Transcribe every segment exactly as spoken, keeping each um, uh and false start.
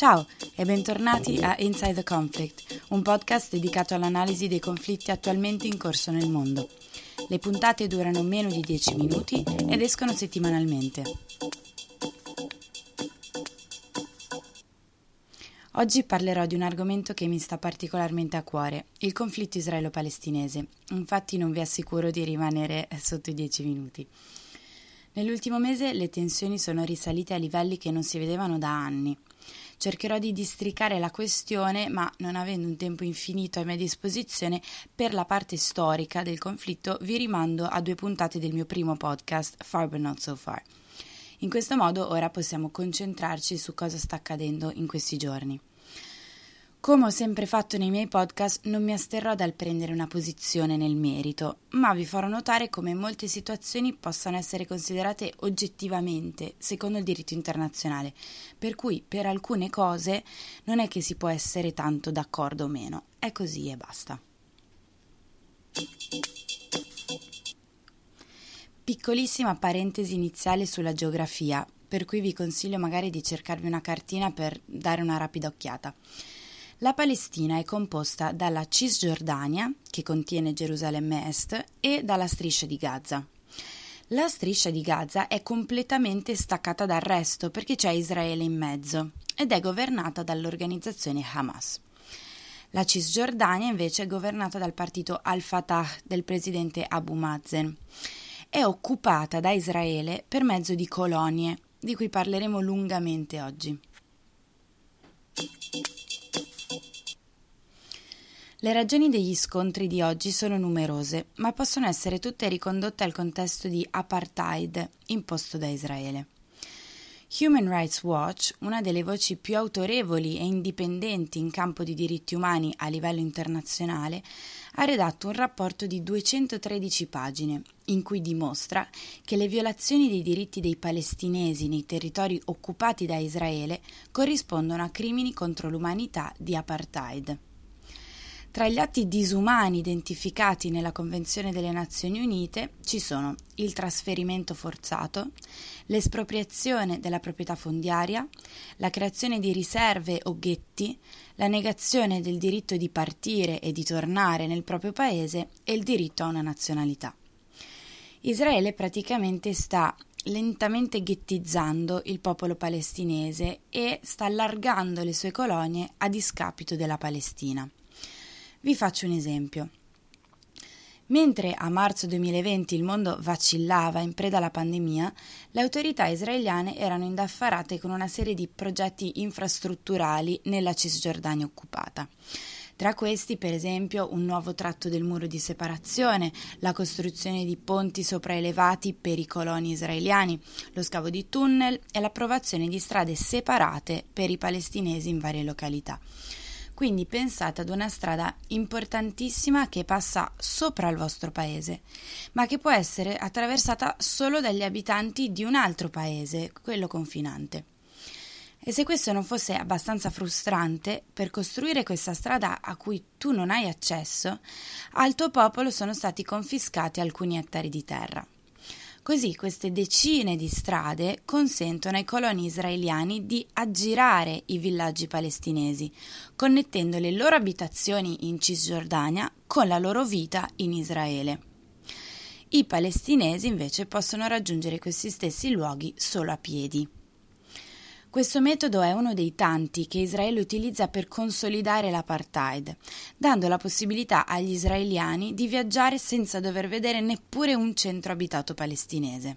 Ciao e bentornati a Inside the Conflict, un podcast dedicato all'analisi dei conflitti attualmente in corso nel mondo. Le puntate durano meno di dieci minuti ed escono settimanalmente. Oggi parlerò di un argomento che mi sta particolarmente a cuore, il conflitto israelo-palestinese. Infatti non vi assicuro di rimanere sotto i dieci minuti. Nell'ultimo mese le tensioni sono risalite a livelli che non si vedevano da anni. Cercherò di districare la questione, ma non avendo un tempo infinito a mia disposizione, per la parte storica del conflitto vi rimando a due puntate del mio primo podcast, Far But Not So Far. In questo modo ora possiamo concentrarci su cosa sta accadendo in questi giorni. Come ho sempre fatto nei miei podcast, non mi asterrò dal prendere una posizione nel merito, ma vi farò notare come molte situazioni possano essere considerate oggettivamente, secondo il diritto internazionale, per cui per alcune cose non è che si può essere tanto d'accordo o meno, è così e basta. Piccolissima parentesi iniziale sulla geografia, per cui vi consiglio magari di cercarvi una cartina per dare una rapida occhiata. La Palestina è composta dalla Cisgiordania, che contiene Gerusalemme Est, e dalla Striscia di Gaza. La Striscia di Gaza è completamente staccata dal resto perché c'è Israele in mezzo ed è governata dall'organizzazione Hamas. La Cisgiordania invece è governata dal partito Al-Fatah del presidente Abu Mazen. È occupata da Israele per mezzo di colonie, di cui parleremo lungamente oggi. Le ragioni degli scontri di oggi sono numerose, ma possono essere tutte ricondotte al contesto di apartheid imposto da Israele. Human Rights Watch, una delle voci più autorevoli e indipendenti in campo di diritti umani a livello internazionale, ha redatto un rapporto di duecentotredici pagine, in cui dimostra che le violazioni dei diritti dei palestinesi nei territori occupati da Israele corrispondono a crimini contro l'umanità di apartheid. Tra gli atti disumani identificati nella Convenzione delle Nazioni Unite ci sono il trasferimento forzato, l'espropriazione della proprietà fondiaria, la creazione di riserve o ghetti, la negazione del diritto di partire e di tornare nel proprio paese e il diritto a una nazionalità. Israele praticamente sta lentamente ghettizzando il popolo palestinese e sta allargando le sue colonie a discapito della Palestina. Vi faccio un esempio. Mentre a marzo duemilaventi il mondo vacillava in preda alla pandemia, le autorità israeliane erano indaffarate con una serie di progetti infrastrutturali nella Cisgiordania occupata. Tra questi, per esempio, un nuovo tratto del muro di separazione, la costruzione di ponti sopraelevati per i coloni israeliani, lo scavo di tunnel e l'approvazione di strade separate per i palestinesi in varie località. Quindi pensate ad una strada importantissima che passa sopra il vostro paese, ma che può essere attraversata solo dagli abitanti di un altro paese, quello confinante. E se questo non fosse abbastanza frustrante, per costruire questa strada a cui tu non hai accesso, al tuo popolo sono stati confiscati alcuni ettari di terra. Così queste decine di strade consentono ai coloni israeliani di aggirare i villaggi palestinesi, connettendo le loro abitazioni in Cisgiordania con la loro vita in Israele. I palestinesi invece possono raggiungere questi stessi luoghi solo a piedi. Questo metodo è uno dei tanti che Israele utilizza per consolidare l'apartheid, dando la possibilità agli israeliani di viaggiare senza dover vedere neppure un centro abitato palestinese.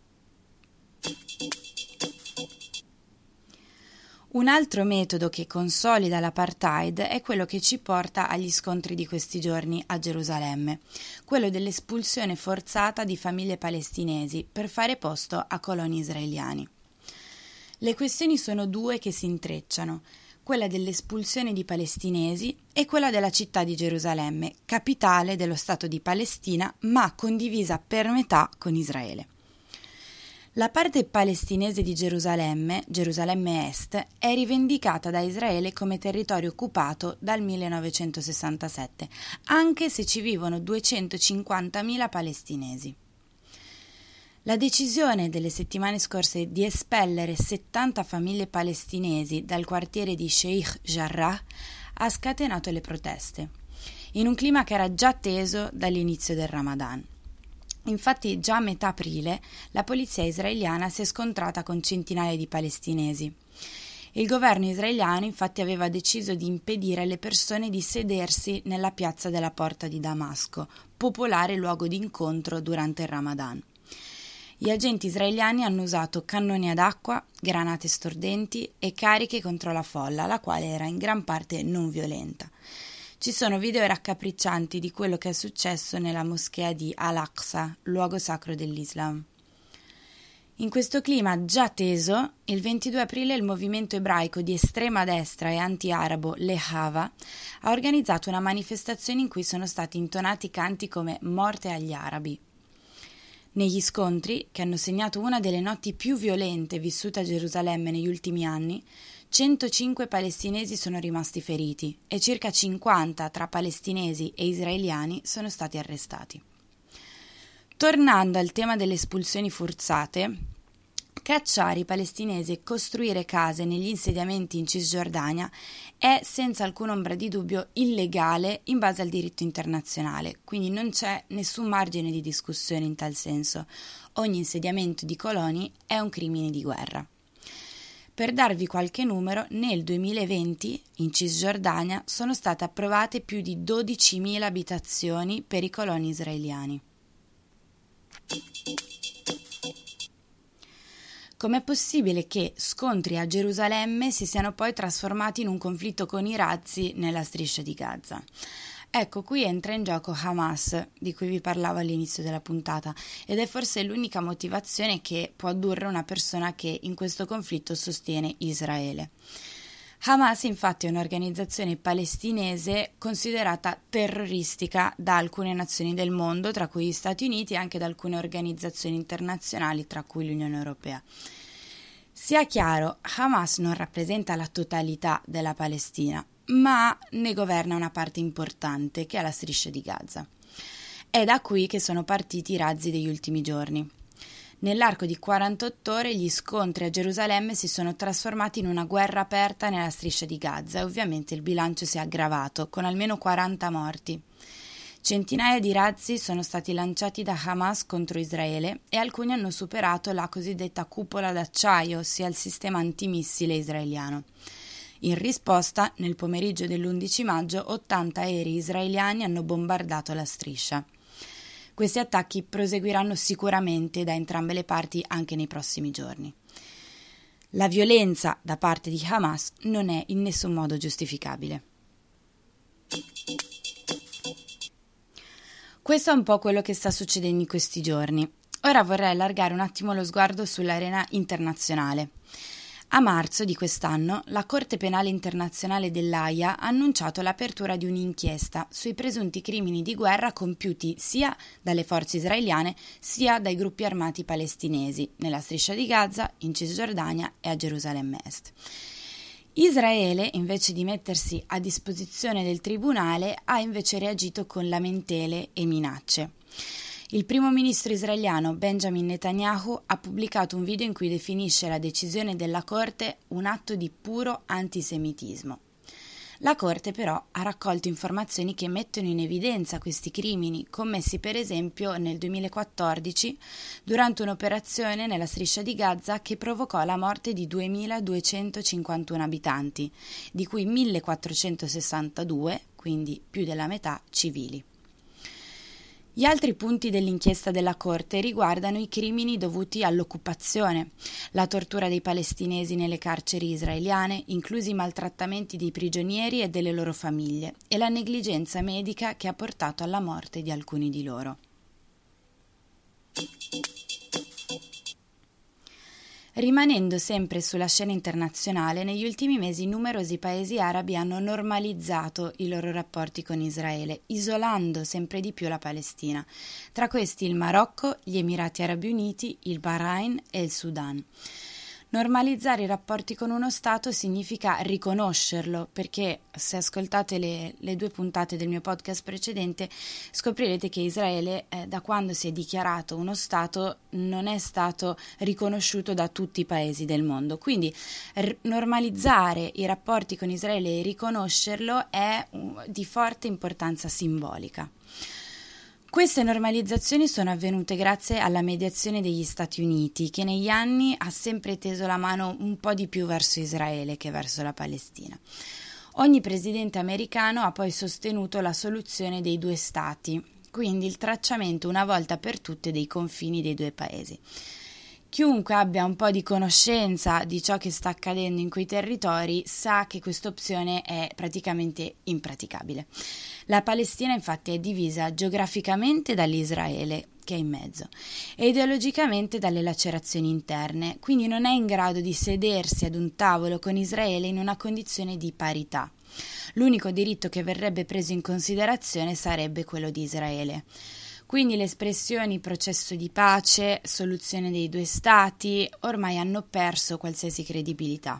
Un altro metodo che consolida l'apartheid è quello che ci porta agli scontri di questi giorni a Gerusalemme, quello dell'espulsione forzata di famiglie palestinesi per fare posto a coloni israeliani. Le questioni sono due che si intrecciano, quella dell'espulsione di palestinesi e quella della città di Gerusalemme, capitale dello Stato di Palestina, ma condivisa per metà con Israele. La parte palestinese di Gerusalemme, Gerusalemme Est, è rivendicata da Israele come territorio occupato dal La decisione delle settimane scorse di espellere settanta famiglie palestinesi dal quartiere di Sheikh Jarrah ha scatenato le proteste, in un clima che era già teso dall'inizio del Ramadan. Infatti già a metà aprile la polizia israeliana si è scontrata con centinaia di palestinesi. Il governo israeliano infatti aveva deciso di impedire alle persone di sedersi nella piazza della Porta di Damasco, popolare luogo di incontro durante il Ramadan. Gli agenti israeliani hanno usato cannoni ad acqua, granate stordenti e cariche contro la folla, la quale era in gran parte non violenta. Ci sono video raccapriccianti di quello che è successo nella moschea di Al-Aqsa, luogo sacro dell'Islam. In questo clima già teso, il ventidue aprile il movimento ebraico di estrema destra e anti-arabo Lehava ha organizzato una manifestazione in cui sono stati intonati canti come «Morte agli arabi». Negli scontri, che hanno segnato una delle notti più violente vissute a Gerusalemme negli ultimi anni, centocinque palestinesi sono rimasti feriti e circa cinquanta tra palestinesi e israeliani sono stati arrestati. Tornando al tema delle espulsioni forzate, cacciare i palestinesi e costruire case negli insediamenti in Cisgiordania è senza alcuna ombra di dubbio illegale in base al diritto internazionale, quindi non c'è nessun margine di discussione in tal senso. Ogni insediamento di coloni è un crimine di guerra. Per darvi qualche numero, nel duemilaventi in Cisgiordania sono state approvate più di dodicimila abitazioni per i coloni israeliani. Com'è possibile che scontri a Gerusalemme si siano poi trasformati in un conflitto con i razzi nella striscia di Gaza? Ecco, qui entra in gioco Hamas, di cui vi parlavo all'inizio della puntata, ed è forse l'unica motivazione che può addurre una persona che in questo conflitto sostiene Israele. Hamas infatti è un'organizzazione palestinese considerata terroristica da alcune nazioni del mondo, tra cui gli Stati Uniti e anche da alcune organizzazioni internazionali, tra cui l'Unione Europea. Sia chiaro, Hamas non rappresenta la totalità della Palestina, ma ne governa una parte importante, che è la striscia di Gaza. È da qui che sono partiti i razzi degli ultimi giorni. Nell'arco di quarantotto ore gli scontri a Gerusalemme si sono trasformati in una guerra aperta nella striscia di Gaza e ovviamente il bilancio si è aggravato, con almeno quaranta morti. Centinaia di razzi sono stati lanciati da Hamas contro Israele e alcuni hanno superato la cosiddetta cupola d'acciaio, ossia il sistema antimissile israeliano. In risposta, nel pomeriggio dell'undici maggio, ottanta aerei israeliani hanno bombardato la striscia. Questi attacchi proseguiranno sicuramente da entrambe le parti anche nei prossimi giorni. La violenza da parte di Hamas non è in nessun modo giustificabile. Questo è un po' quello che sta succedendo in questi giorni. Ora vorrei allargare un attimo lo sguardo sull'arena internazionale. A marzo di quest'anno la Corte Penale Internazionale dell'Aia ha annunciato l'apertura di un'inchiesta sui presunti crimini di guerra compiuti sia dalle forze israeliane sia dai gruppi armati palestinesi nella striscia di Gaza, in Cisgiordania e a Gerusalemme Est. Israele, invece di mettersi a disposizione del tribunale, ha invece reagito con lamentele e minacce. Il primo ministro israeliano Benjamin Netanyahu ha pubblicato un video in cui definisce la decisione della Corte un atto di puro antisemitismo. La Corte però ha raccolto informazioni che mettono in evidenza questi crimini, commessi per esempio nel duemilaquattordici durante un'operazione nella striscia di Gaza che provocò la morte di duemiladuecentocinquantuno abitanti, di cui millequattrocentosessantadue, quindi più della metà, civili. Gli altri punti dell'inchiesta della Corte riguardano i crimini dovuti all'occupazione, la tortura dei palestinesi nelle carceri israeliane, inclusi i maltrattamenti dei prigionieri e delle loro famiglie, e la negligenza medica che ha portato alla morte di alcuni di loro. Rimanendo sempre sulla scena internazionale, negli ultimi mesi numerosi paesi arabi hanno normalizzato i loro rapporti con Israele, isolando sempre di più la Palestina. Tra questi il Marocco, gli Emirati Arabi Uniti, il Bahrain e il Sudan. Normalizzare i rapporti con uno Stato significa riconoscerlo, perché se ascoltate le, le due puntate del mio podcast precedente scoprirete che Israele eh, da quando si è dichiarato uno Stato non è stato riconosciuto da tutti i paesi del mondo. Quindi r- normalizzare i rapporti con Israele e riconoscerlo è uh, di forte importanza simbolica. Queste normalizzazioni sono avvenute grazie alla mediazione degli Stati Uniti, che negli anni ha sempre teso la mano un po' di più verso Israele che verso la Palestina. Ogni presidente americano ha poi sostenuto la soluzione dei due Stati, quindi il tracciamento una volta per tutte dei confini dei due paesi. Chiunque abbia un po' di conoscenza di ciò che sta accadendo in quei territori sa che questa opzione è praticamente impraticabile. La Palestina infatti è divisa geograficamente dall'Israele, che è in mezzo, e ideologicamente dalle lacerazioni interne, quindi non è in grado di sedersi ad un tavolo con Israele in una condizione di parità. L'unico diritto che verrebbe preso in considerazione sarebbe quello di Israele. Quindi le espressioni processo di pace, soluzione dei due stati, ormai hanno perso qualsiasi credibilità.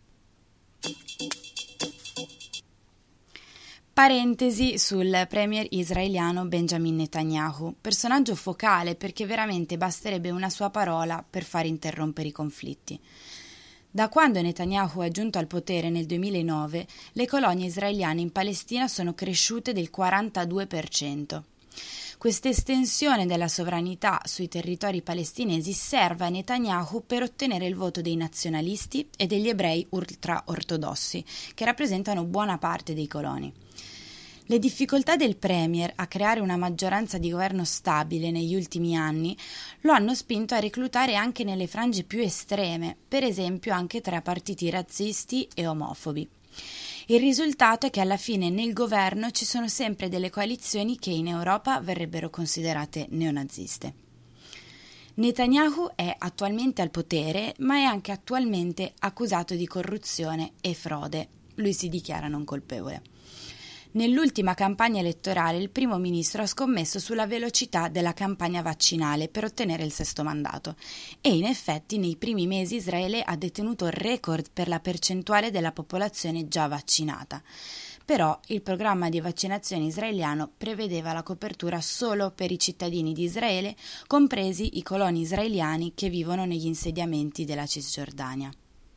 Parentesi sul premier israeliano Benjamin Netanyahu, personaggio focale perché veramente basterebbe una sua parola per far interrompere i conflitti. Da quando Netanyahu è giunto al potere nel duemilanove, le colonie israeliane in Palestina sono cresciute del quarantadue per cento. Questa estensione della sovranità sui territori palestinesi serve a Netanyahu per ottenere il voto dei nazionalisti e degli ebrei ultra-ortodossi, che rappresentano buona parte dei coloni. Le difficoltà del premier a creare una maggioranza di governo stabile negli ultimi anni lo hanno spinto a reclutare anche nelle frange più estreme, per esempio anche tra partiti razzisti e omofobi. Il risultato è che alla fine nel governo ci sono sempre delle coalizioni che in Europa verrebbero considerate neonaziste. Netanyahu è attualmente al potere, ma è anche attualmente accusato di corruzione e frode. Lui si dichiara non colpevole. Nell'ultima campagna elettorale il primo ministro ha scommesso sulla velocità della campagna vaccinale per ottenere il sesto mandato e in effetti nei primi mesi Israele ha detenuto il record per la percentuale della popolazione già vaccinata. Però il programma di vaccinazione israeliano prevedeva la copertura solo per i cittadini di Israele, compresi i coloni israeliani che vivono negli insediamenti della Cisgiordania.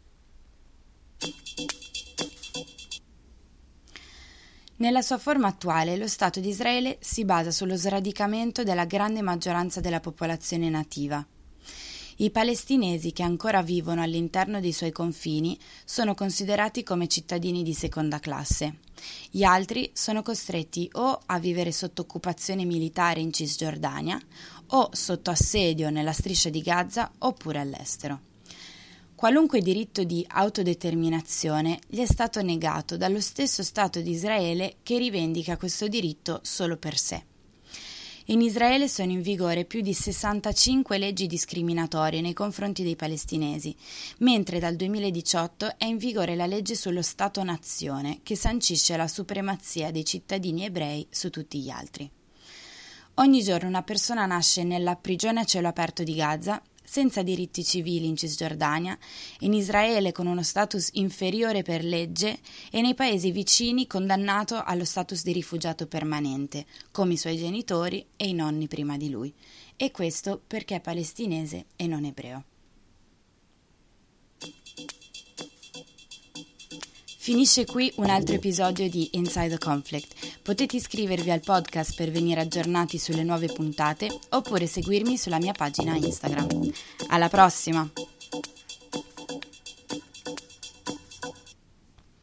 Nella sua forma attuale, lo Stato di Israele si basa sullo sradicamento della grande maggioranza della popolazione nativa. I palestinesi che ancora vivono all'interno dei suoi confini sono considerati come cittadini di seconda classe. Gli altri sono costretti o a vivere sotto occupazione militare in Cisgiordania o sotto assedio nella striscia di Gaza oppure all'estero. Qualunque diritto di autodeterminazione gli è stato negato dallo stesso Stato di Israele che rivendica questo diritto solo per sé. In Israele sono in vigore più di sessantacinque leggi discriminatorie nei confronti dei palestinesi, mentre dal duemiladiciotto è in vigore la legge sullo Stato-nazione che sancisce la supremazia dei cittadini ebrei su tutti gli altri. Ogni giorno una persona nasce nella prigione a cielo aperto di Gaza, senza diritti civili in Cisgiordania, in Israele con uno status inferiore per legge e nei paesi vicini condannato allo status di rifugiato permanente, come i suoi genitori e i nonni prima di lui. E questo perché è palestinese e non ebreo. Finisce qui un altro episodio di Inside the Conflict. Potete iscrivervi al podcast per venire aggiornati sulle nuove puntate oppure seguirmi sulla mia pagina Instagram. Alla prossima!